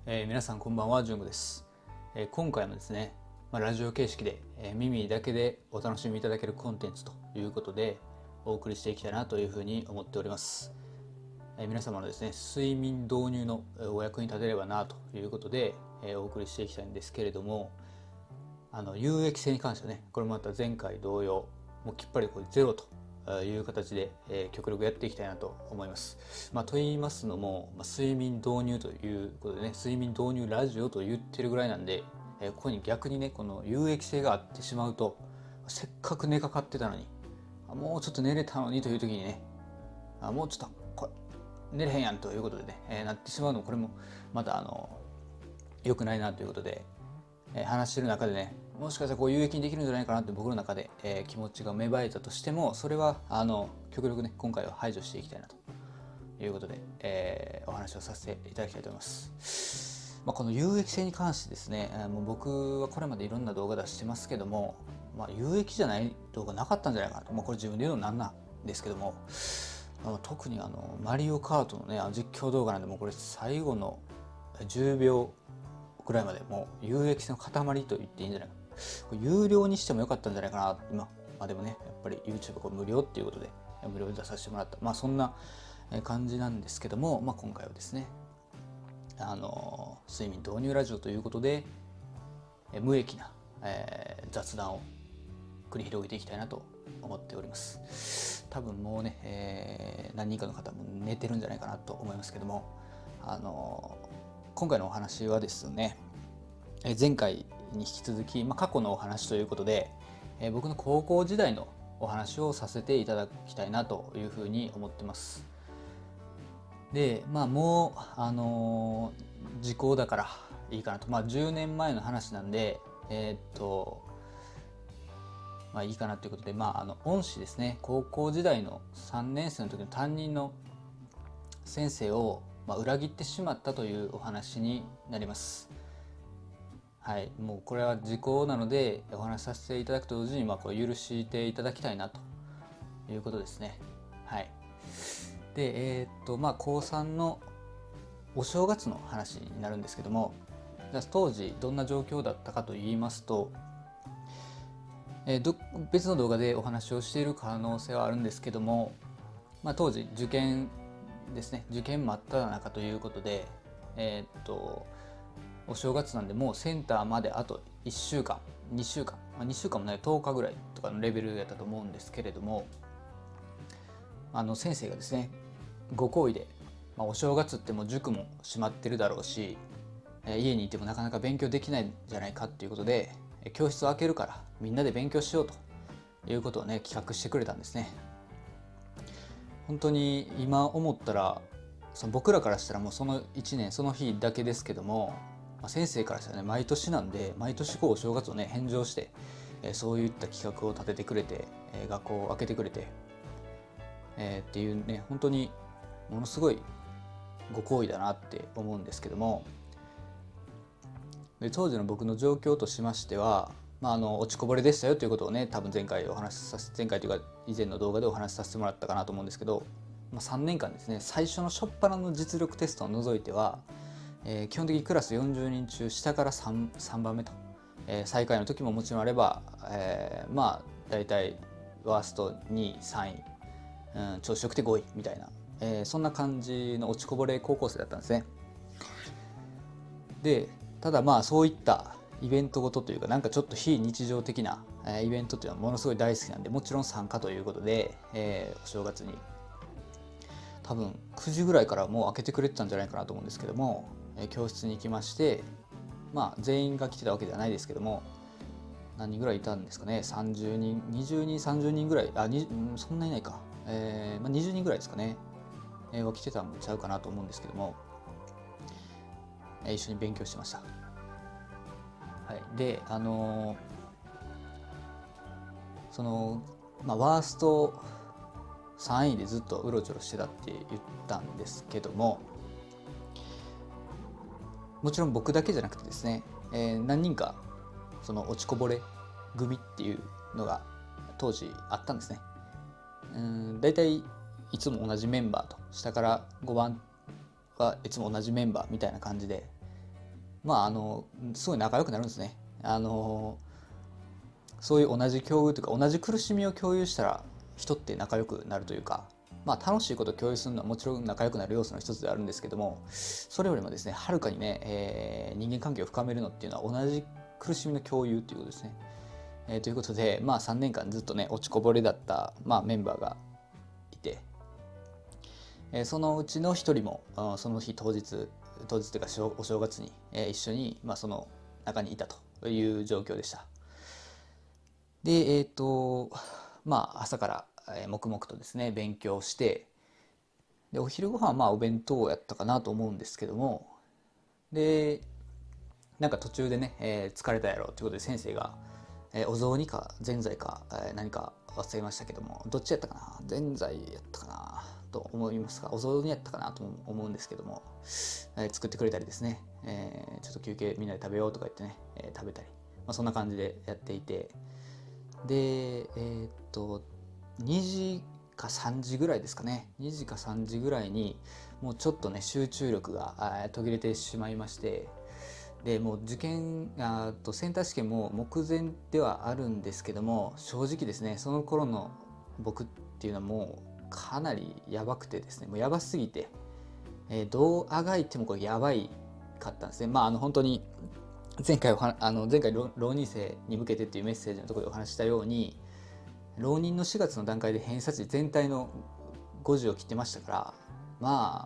皆さんこんばんは、じゅんごです。今回もですね、ラジオ形式で、耳だけでお楽しみいただけるコンテンツということでお送りしていきたいなというふうに思っております。皆様のですね、睡眠導入のお役に立てればなということで、お送りしていきたいんですけれども、有益性に関してはね、これもまた前回同様、もうきっぱりこれゼロという形で、極力やっていきたいなと思います。と言いますのも、睡眠導入ということでね、睡眠導入ラジオと言ってるぐらいなんで、ここに逆にね、この有益性があってしまうと、せっかく寝かかってたのに、もうちょっと寝れたのにという時にね、もうちょっとこれ寝れへんやんということでね、なってしまうのもこれもまた良くないなということで、話してる中でね、もしかしたらこう有益にできるんじゃないかなって僕の中で、気持ちが芽生えたとしても、それは極力ね今回は排除していきたいなということで、お話をさせていただきたいと思います。この有益性に関してですね、もう僕はこれまでいろんな動画出してますけども、有益じゃない動画なかったんじゃないかなと、これ自分で言うのなんなんですけども、特にマリオカートのね実況動画なんで、もうこれ最後の10秒くらいまでもう有益性の塊と言っていいんじゃないか。有料にしてもよかったんじゃないかな今、でもねやっぱり YouTube これ無料っていうことで無料で出させてもらった、そんな感じなんですけども、今回はですね睡眠導入ラジオということで無益な、雑談を繰り広げていきたいなと思っております。多分もうね、何人かの方も寝てるんじゃないかなと思いますけども、今回のお話はですね、前回に引き続き、過去のお話ということで、僕の高校時代のお話をさせていただきたいなというふうに思ってます。で、もう時効だからいいかなと、10年前の話なんでいいかなということで、恩師ですね、高校時代の3年生の時の担任の先生を、裏切ってしまったというお話になります。はい、もうこれは時効なのでお話しさせていただくと同時に、これ許していただきたいなということですね。はい。で、高3のお正月の話になるんですけども、当時どんな状況だったかと言いますと、別の動画でお話をしている可能性はあるんですけども、当時受験ですね、受験真っ只中ということで、お正月なんでもうセンターまであと1週間2週間2週間もね10日ぐらいとかのレベルやったと思うんですけれども、先生がですねご厚意で、お正月ってもう塾も閉まってるだろうし、家にいてもなかなか勉強できないんじゃないかっていうことで、教室を開けるからみんなで勉強しようということをね企画してくれたんですね。本当に今思ったら、僕らからしたらもうその1年その日だけですけども、先生からしたらね毎年なんで、毎年こうお正月をね返上して、そういった企画を立ててくれて、学校を開けてくれて、っていうね本当にものすごいご厚意だなって思うんですけども、で当時の僕の状況としましては、落ちこぼれでしたよということをね多分前回というか以前の動画でお話しさせてもらったかなと思うんですけど、3年間ですね、最初の初っ端の実力テストを除いては、基本的にクラス40人中下から 3番目と、最下位の時ももちろんあれば、大体ワースト2位3位、調子よくて5位みたいな、そんな感じの落ちこぼれ高校生だったんですね。でただそういったイベントごとというか、なんかちょっと非日常的なイベントというのはものすごい大好きなんで、もちろん参加ということで、お正月に多分9時ぐらいからもう開けてくれてたんじゃないかなと思うんですけども、教室に行きまして、全員が来てたわけではないですけども、何人ぐらいいたんですかね、30人20人30人ぐらい、そんなにいないか、20人ぐらいですかね、は来てたんちゃうかなと思うんですけども、一緒に勉強してました。はい、でその、ワースト3位でずっとうろちょろしてたって言ったんですけども、もちろん僕だけじゃなくてですね、何人かその落ちこぼれ組っていうのが当時あったんですね。だいたいいつも同じメンバーと、下から5番はいつも同じメンバーみたいな感じで、 すごい仲良くなるんですね。そういう同じ境遇というか同じ苦しみを共有したら人って仲良くなるというか、楽しいことを共有するのはもちろん仲良くなる要素の一つではあるんですけども、それよりもですねはるかにね、人間関係を深めるのっていうのは同じ苦しみの共有ということですね。ということで、3年間ずっとね落ちこぼれだった、メンバーがいて、そのうちの一人もその日当日というかお正月に、一緒に、その中にいたという状況でした。で朝から黙々とですね勉強して、でお昼ご飯はお弁当やったかなと思うんですけども、でなんか途中でね、疲れたやろということで先生が、お雑煮かぜんざいか、何か忘れましたけども、どっちやったかな、ぜんざいやったかなと思いますが、お雑煮やったかなと思うんですけども、作ってくれたりですね、ちょっと休憩みんなで食べようとか言ってね、食べたり、そんな感じでやっていて、で2時か3時ぐらいですかね、2時か3時ぐらいにもうちょっとね集中力が途切れてしまいまして、でもう受験センター試験も目前ではあるんですけども、正直ですねその頃の僕っていうのはもうかなりやばくてですね、もうやばすぎて、どうあがいてもこれやばいかったんですね。本当に前回浪人生に向けてっていうメッセージのところでお話したように、浪人の4月の段階で偏差値全体の50を切ってましたから、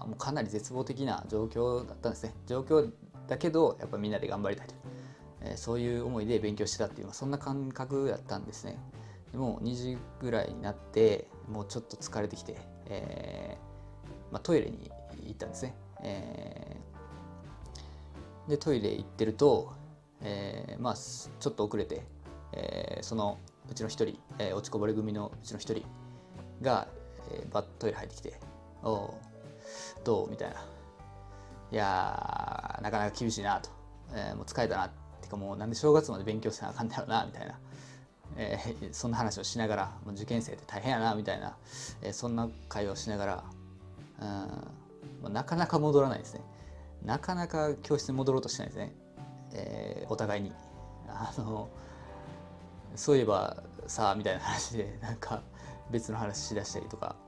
もうかなり絶望的な状況だったんですね。状況だけどやっぱみんなで頑張りたいと、そういう思いで勉強してたっていう、そんな感覚だったんですね。でも2時ぐらいになってもうちょっと疲れてきて、トイレに行ったんですね。でトイレ行ってると、ちょっと遅れて、そのうちの一人、落ちこぼれ組のうちの一人が、トイレ入ってきて「おうどう?」みたいな「いやなかなか厳しいな」と、もう疲れたなってか、もうなんで正月まで勉強せなあかんだろうなみたいな、そんな話をしながら、もう受験生って大変やなみたいな、そんな会話をしながら、なかなか戻らないですね。なかなか教室に戻ろうとしないですね、お互いに。そういえばさあみたいな話でなんか別の話しだしたりとか、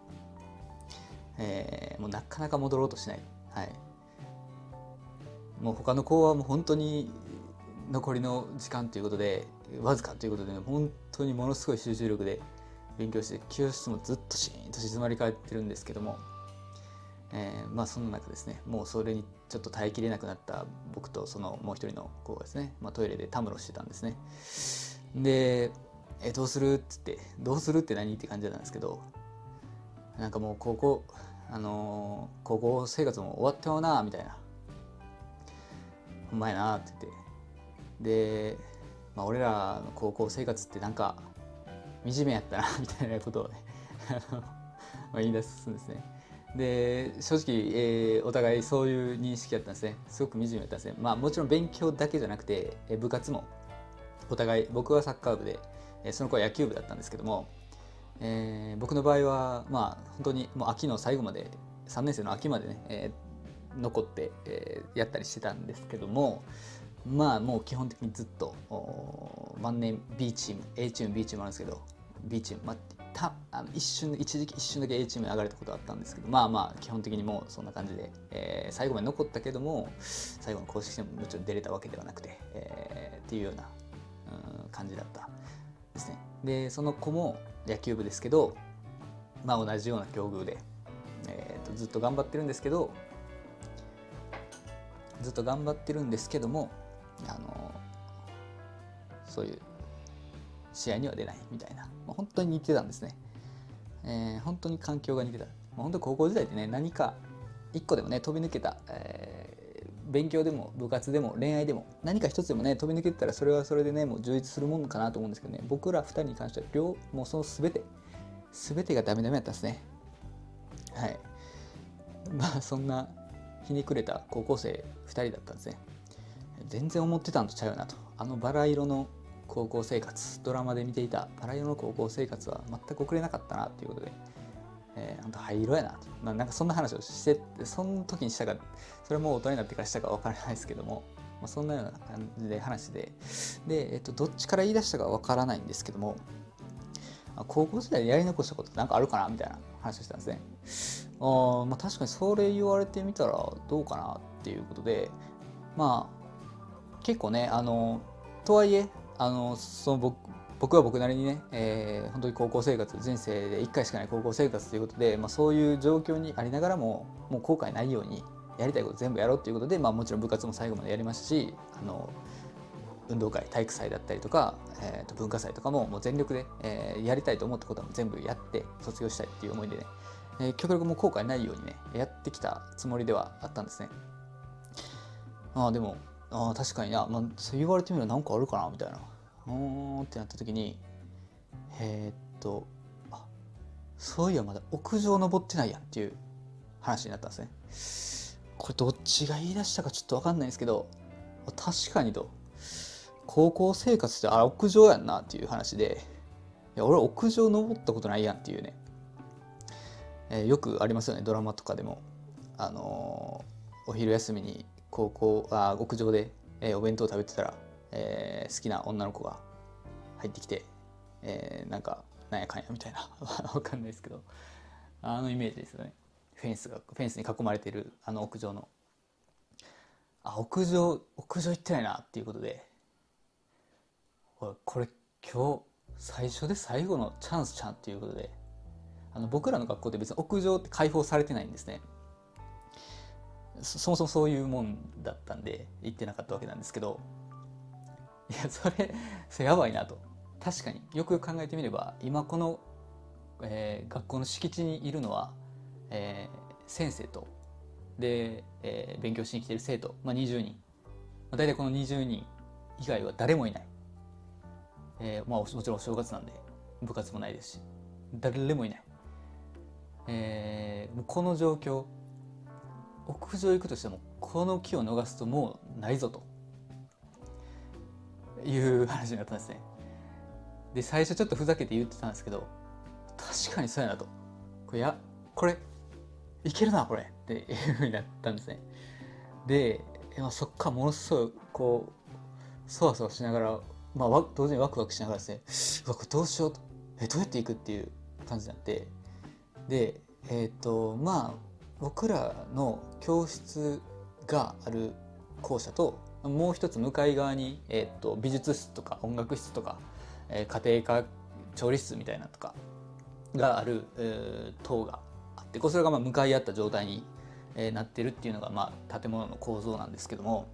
もうなかなか戻ろうとしない。はい、もう他の子はもう本当に残りの時間ということでわずかということで、本当にものすごい集中力で勉強して、教室もずっとシーンと静まり返ってるんですけども、その中ですね、もうそれにちょっと耐えきれなくなった僕とそのもう一人の子がですね、トイレでたむろしてたんですね。でどうするっつって、どうするって何って感じなんですけど、なんかもう高校生活も終わってまうなみたいな、ほんまやなって言って、で、俺らの高校生活ってなんか惨めやったなみたいなことをね言い出すんですね。で正直、お互いそういう認識だったんですね。すごく惨めだったんですね。もちろん勉強だけじゃなくて、部活もお互い、僕はサッカー部で、その子は野球部だったんですけども、僕の場合は本当にもう秋の最後まで、3年生の秋までね、残って、やったりしてたんですけども、もう基本的にずっと万年 B チーム、 A チーム B チームあるんですけど、 B チーム、一時期一瞬だけ A チームに上がれたことがあったんですけど、基本的にもうそんな感じで、最後まで残ったけども最後の公式戦ももちろん出れたわけではなくて、っていうような感じだったですね。でその子も野球部ですけど、同じような境遇で、ずっと頑張ってるんですけども、そういう試合には出ないみたいな、本当に似てたんですね。本当に環境が似てた。本当に高校時代ってね、何か一個でもね飛び抜けた、勉強でも部活でも恋愛でも何か一つでもね飛び抜けてたら、それはそれでねもう充実するもんかなと思うんですけどね、僕ら2人に関してはもうその全てがダメダメだったんですね。はい。そんなひねくれた高校生2人だったんですね。全然思ってたんとちゃうよなと。バラ色の高校生活、ドラマで見ていたバラ色の高校生活は全く送れなかったなということで、本当灰色やなと、なんかそんな話をして、その時にしたか、それはもう大人になってからしたか分からないですけども、 そんなような感じで話で、どっちから言い出したかわからないんですけども、高校時代でやり残したことって何かあるかなみたいな話をしたんですね。確かにそれ言われてみたらどうかなっていうことで、結構ね、とはいえ僕は僕なりにね、本当に高校生活、人生で1回しかない高校生活ということで、そういう状況にありながらも、もう後悔ないようにやりたいこと全部やろうということで、もちろん部活も最後までやりますし、運動会、体育祭だったりとか、文化祭とかももう全力で、やりたいと思ったことも全部やって卒業したいっていう思いでね、極力もう後悔ないようにねやってきたつもりではあったんですね。でも確かにな、そう言われてみると何かあるかなみたいなってなった時に、そういやまだ屋上登ってないやんっていう話になったんですね。これどっちが言い出したかちょっと分かんないんですけど、確かにと、高校生活って屋上やんなっていう話で、いや俺屋上登ったことないやんっていうね、よくありますよね、ドラマとかでも。お昼休みに屋上で、お弁当食べてたら、好きな女の子が入ってきて、なんやかんやみたいなわかんないですけど、イメージですよね。フェンスに囲まれている屋上の屋上行ってないなっていうことで、これ今日最初で最後のチャンスちゃんっていうことで、僕らの学校って別に屋上って開放されてないんですね。そもそもそういうもんだったんで行ってなかったわけなんですけど、いやそれやばいなと。確かによくよく考えてみれば今この、学校の敷地にいるのは、先生とで、勉強しに来ている生徒、20人、大体この20人以外は誰もいない、もちろんお正月なんで部活もないですし誰もいない、もうこの状況、屋上行くとしてもこの機を逃すともうないぞという話になったんですね。で最初ちょっとふざけて言ってたんですけど、確かにそうやなと、これいけるなこれっていうふうになったんですね。でそっからものすごいこうそわそわしながら、同時にワクワクしながらですね、これどうしようと、どうやっていくっていう感じになって、で僕らの教室がある校舎ともう一つ向かい側に、美術室とか音楽室とか、家庭科調理室みたいなとかがある、棟があって、それが向かい合った状態に、なってるっていうのが、建物の構造なんですけども、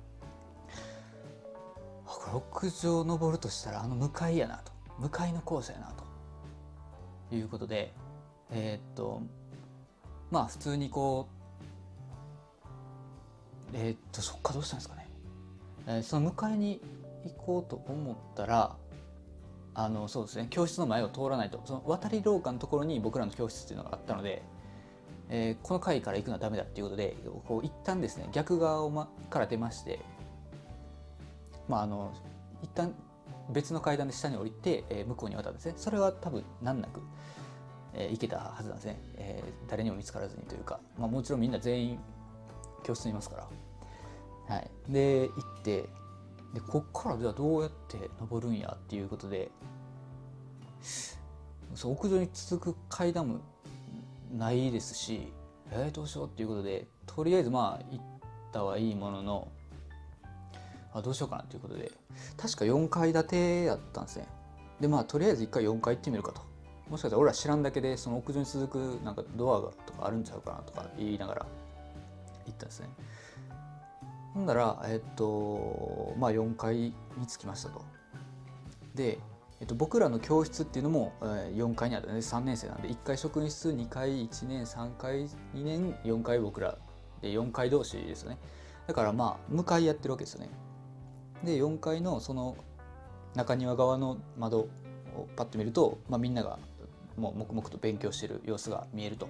これ屋上登るとしたら向かいやなと、向かいの校舎やなということで、普通にこうそっかどうしたんですかね、その迎えに行こうと思ったらそうですね、教室の前を通らないと、その渡り廊下のところに僕らの教室っていうのがあったので、この階から行くのはダメだっていうことで一旦ですね逆側から出まして、一旦別の階段で下に降りて、向こうに渡ったんですね。それは多分難なく、行けたはずなんですね、誰にも見つからずにというか、もちろんみんな全員教室にいますから、で行って、でこっからじゃあどうやって登るんやっていうことで、屋上に続く階段もないですし、どうしようっていうことで、とりあえず行ったはいいものの、どうしようかなということで、確か4階建てやったんですね。でとりあえず1回4階行ってみるかと、もしかしたら俺ら知らんだけでその屋上に続くなんかドアがとかあるんちゃうかなとか言いながら行ったんですね。ほんなら4階に着きましたと。で僕らの教室っていうのも4階にあるので3年生なんで、1階職員室、2階1年、3階2年、4階僕らで4階同士ですよね。だから向かい合ってるわけですよね。で4階のその中庭側の窓をパッと見ると、みんながもう黙々と勉強している様子が見えると。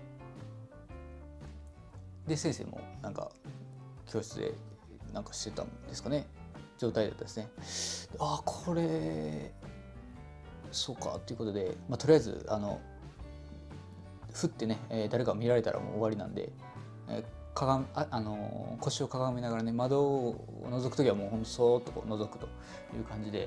で先生もなんか教室でなんかしてたんですかね、状態だったですね。これそうかっていうことで、とりあえず振ってね、誰か見られたらもう終わりなんで、 腰をかがめながらね、窓を覗くときはもうほんとそーっとこう覗くという感じで、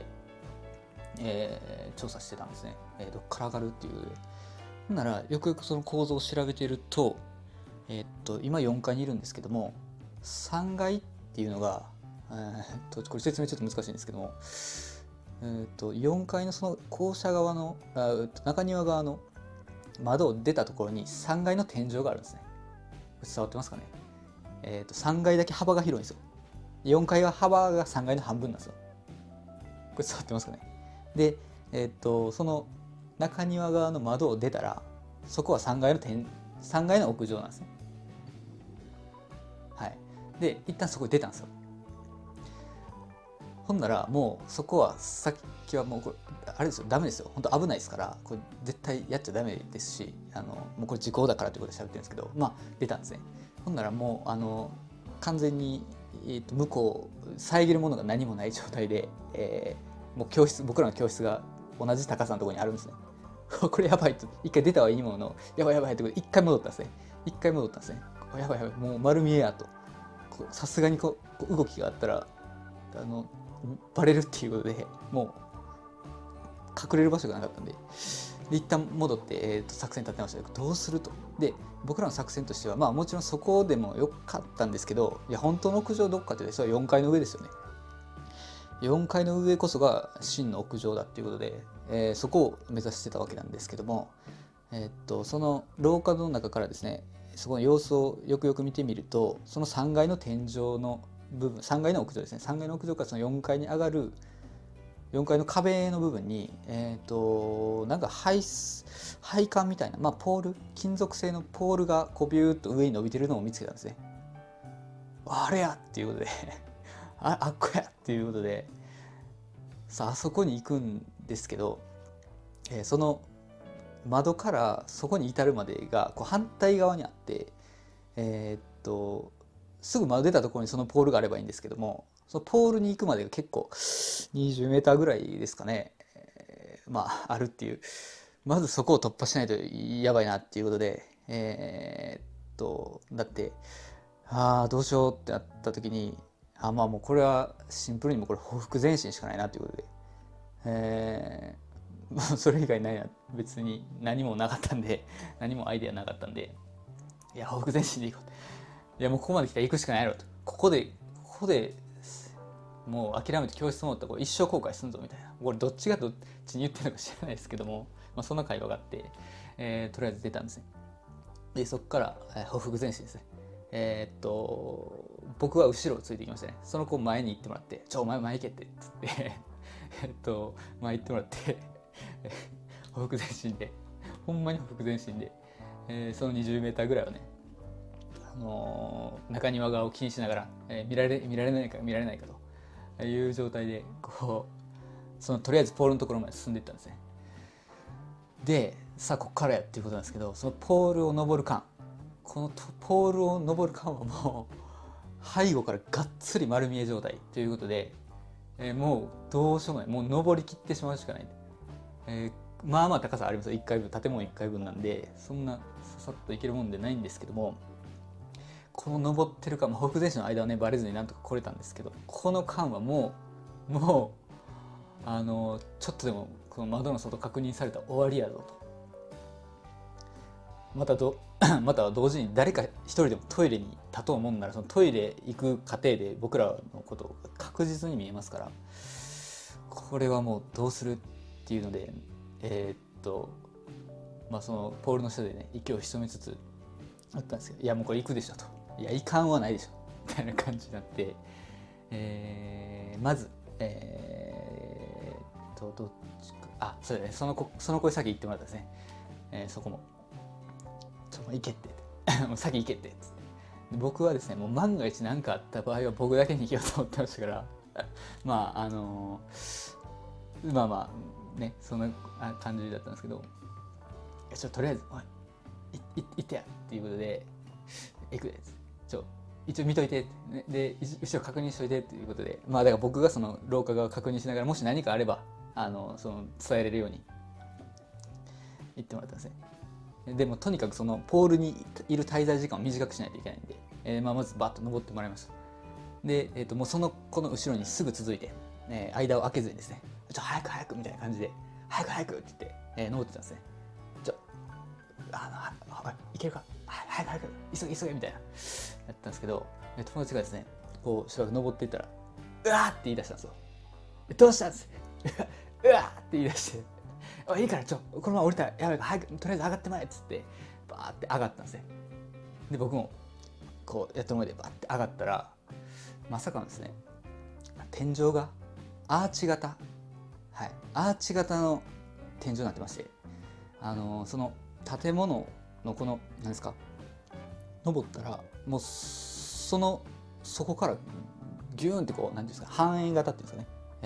調査してたんですね。どっから上がるっていうことで。ほんならよくよくその構造を調べていると、今4階にいるんですけども、3階っていうのが、これ説明ちょっと難しいんですけども、4階のその校舎側の中庭側の窓を出たところに3階の天井があるんですね。伝わってますかね。3階だけ幅が広いんですよ。4階は幅が3階の半分なんですよ。これ伝わってますかね。で、その中庭側の窓を出たら、そこは3階の屋上なんですね。はい。で、一旦そこに出たんですよ。ほんならもうそこはさっきはもうこれあれですよ、ダメですよ、本当危ないですから、これ絶対やっちゃダメですし、もうこれ時効だからということで喋ってるんですけど、まあ出たんですね。ほんならもう完全に、向こう遮るものが何もない状態で、もう僕らの教室が同じ高さのところにあるんですね。これやばいと、一回出たはいいものの、やばいやばいってことで一回戻ったんですね。やばいやばい、もう丸見えやと、さすがにこう動きがあったらバレるっていうことで、もう隠れる場所がなかったんで、一旦戻って、作戦立てました。どうすると。で、僕らの作戦としては、まあもちろんそこでもよかったんですけど、いや本当の屋上どっかって、それは4階の上ですよね。4階の上こそが真の屋上だっていうことで、そこを目指してたわけなんですけども、その廊下の中からですね、そこの様子をよくよく見てみると、その3階の天井の部分、3階の屋上ですね、3階の屋上からその4階に上がる4階の壁の部分に、なんか配管みたいな、まあ、ポール、金属製のポールがこうビューッと上に伸びてるのを見つけたんですね。あれやっていうことであっこやっていうことで、さあ、あそこに行くんですけど、その窓からそこに至るまでがこう反対側にあって、すぐ窓出たところにそのポールがあればいいんですけども、そのポールに行くまでが結構20メーターぐらいですかね、まああるっていう、まずそこを突破しないとやばいなっていうことで、だってどうしようってなった時に、まあもうこれはシンプルにもうこれ匍匐前進しかないなということで、それ以外ないな、別に何もなかったんで、何もアイデアなかったんで、いや匍匐前進でいこうと、いやもうここまで来たら行くしかないやろと、ここでもう諦めて教室戻ったら一生後悔すんぞみたいな、これどっちがどっちに言ってるのか知らないですけども、まあ、そんな会話があって、とりあえず出たんですね。でそこから匍匐前進ですね。僕は後ろをついていきましたね。その子前に行ってもらって「お前前行け」ってっつって前行ってもらって匍匐前進で、ほんまに匍匐前進で、その20メーターぐらいをね、中庭側を気にしながら、見られないか見られないかという状態で、こうそのとりあえずポールのところまで進んでいったんですね。でさあここからやっていうことなんですけど、そのポールを登る間、このポールを登る間はもう背後からがっつり丸見え状態ということで、もうどうしようもない、もう登りきってしまうしかない、まあまあ高さありますよ、1階分、建物1階分なんで、そんなささっと行けるもんでないんですけども、この登ってる間、匍匐前進の間はねバレずになんとか来れたんですけど、この間はもうちょっとでもこの窓の外確認されたら終わりやぞと。また同時に誰か一人でもトイレに立とうもんなら、そのトイレ行く過程で僕らのことを確実に見えますから、これはもうどうするっていうので、まあそのポールの下でね息を潜めつつあったんですけど、いやもうこれ行くでしょと、いやいかんはないでしょみたいな感じになって、まずどっちか、そうだね、その子に先行ってもらったんですね。そこも行けってもう先行けって僕はですね、もう万が一何かあった場合は僕だけに行けようと思ってましたからまあまあまあね、そんな感じだったんですけど、とりあえず行ってやっていうことで、行くで一応見といて、で後ろ確認しといてっていうことで、まあだから僕がその廊下側確認しながら、もし何かあればその伝えれるように言ってもらったんですね。でもとにかくそのポールにいる滞在時間を短くしないといけないんで、 まずバッと登ってもらいました。で、もうこの後ろにすぐ続いて、間を空けずにですね、早く早くみたいな感じで、早く早くって言って、登ってたんですね。いけるか、早く早く、急げ急げみたいなやったんですけど、友達がですね、こうしばらく登っていったら、うわーって言い出したんですよ。どうしたんですうわーって言い出して、いいからこのまま降りたらやばいから早くとりあえず上がってまえっつってバーって上がったんですね。で僕もこうやったのでバーって上がったら、まさかのですね、天井がアーチ型、はい、アーチ型の天井になってまして、その建物のこの何ですか、登ったらもうそこからギューンってこう何ですか、半円型っていうんですか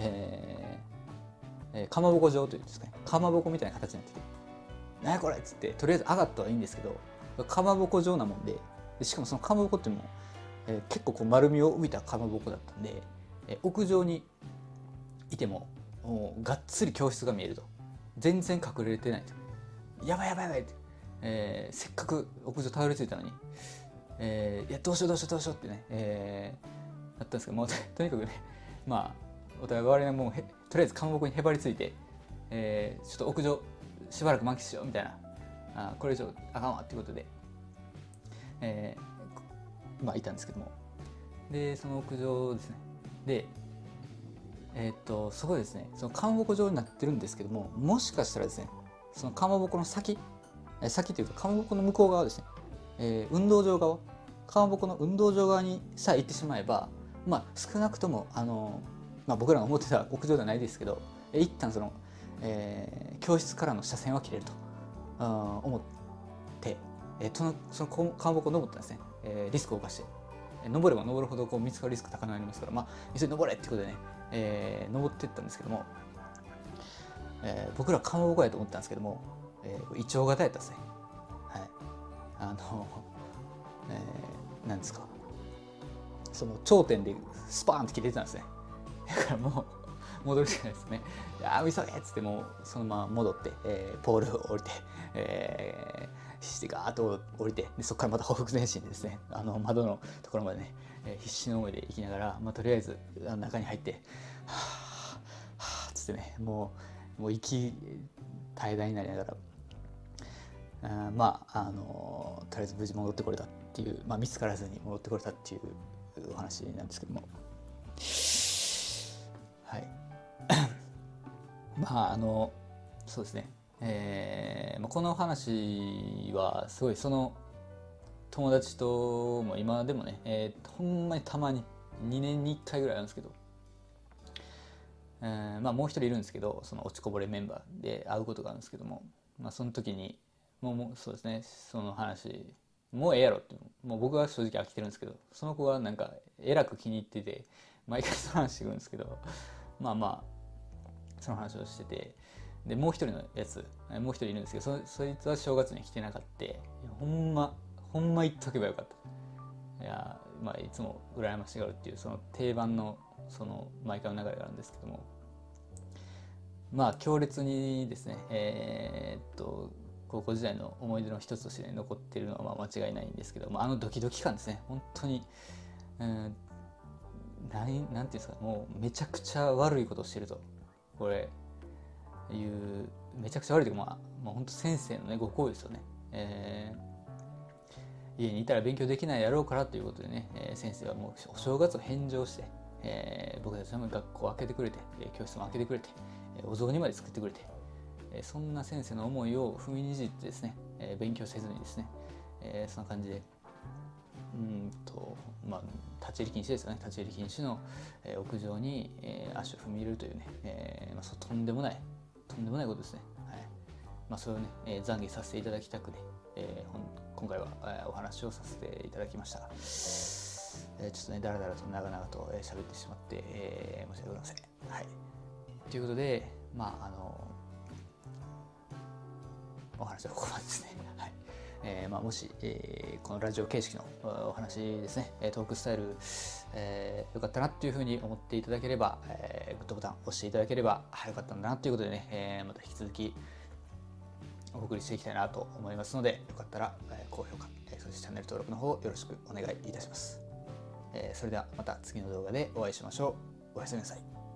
ね、かまぼこ状というんですかね、かまぼこみたいな形になってて、何やこれっつってとりあえず上がったはいいんですけど、かまぼこ状なもんで、しかもそのかまぼこっても結構こう丸みを帯びたかまぼこだったんで、屋上にいてもがっつり教室が見えると、全然隠れてないと、やばいやばいやばいって、せっかく屋上たどり着いたのに、いやどうしようってね、なったんですけども、とにかくね、まあお互い我々もとりあえずかまぼこにへばりついて、ちょっと屋上しばらく満喫しようみたいな、これ以上あかんわっていうことで、まあいたんですけども、でその屋上ですね、でそこでですね、そのかまぼこ状になってるんですけども、もしかしたらですね、そのかまぼこの先というかかまぼこの向こう側ですね、運動場側、かまぼこの運動場側にさえ行ってしまえば、まあ少なくとも僕らが思ってた屋上ではないですけど、一旦その、教室からの車線は切れると思って、そのかまぼこを登ったんですね、リスクを冒して、登れば登るほどこう見つかるリスク高くなりますから、まあ急いで登れってことでね、登っていったんですけども、僕らかまぼこやと思ったんですけども、イチョウ型やったんですね。はい、なんですか、その頂点でスパーンって切れてたんですね。だからもう戻るしかないですね。急げっつってもうそのまま戻って、ポールを降りて、必死でガーッと降りて、でそこからまた報復前進でですね、窓のところまでね、必死の思いで行きながら、とりあえず中に入ってはぁっつってね、もう息絶え絶えになりながら、とりあえず無事戻ってこれたっていう、見つからずに戻ってこれたっていうお話なんですけども、はいそうですね、この話はすごいその友達とも今でもね、ほんまにたまに2年に1回ぐらいあるんですけど、もう一人いるんですけど、その落ちこぼれメンバーで会うことがあるんですけども、その時にもうそうですね、その話もうええやろって、もう僕は正直飽きてるんですけど、その子はなんかえらく気に入ってて毎回その話してくるんですけど、その話をしてて、でもう一人のやつもう一人いるんですけど、そいつは正月に来てなかった。ほんま言っとけばよかった。いやいつも羨ましがるっていうその定番のその毎回の流れがあるんですけども、強烈にですね、高校時代の思い出の一つとして、ね、残っているのは間違いないんですけど、ドキドキ感ですね、本当に、なんていうんですか、もうめちゃくちゃ悪いことをしてると、これいうめちゃくちゃ悪いというか、本当先生のねご厚意ですよね。家にいたら勉強できないやろうからということでね、先生はもうお正月を返上して、僕たちの学校を開けてくれて、教室も開けてくれて、お雑煮まで作ってくれて、そんな先生の思いを踏みにじってですね、勉強せずにですね、そんな感じで立ち入り禁止ですよね。立ち入り禁止の、屋上に、足を踏み入れるというね、とんでもないことですね。はい、それをね、懺悔させていただきたくね、今回は、お話をさせていただきましたが、ちょっとねだらだらと長々と喋ってしまって、申し訳ございません。はい、ということでお話はここまでですね。はい、もし、このラジオ形式のお話ですね、トークスタイル、よかったなっていうふうに思っていただければ、グッドボタン押していただければ、よかったんだなということでね、また引き続きお送りしていきたいなと思いますので、よかったら、高評価、そそしてチャンネル登録の方よろしくお願いいたします。それではまた次の動画でお会いしましょう。おやすみなさい。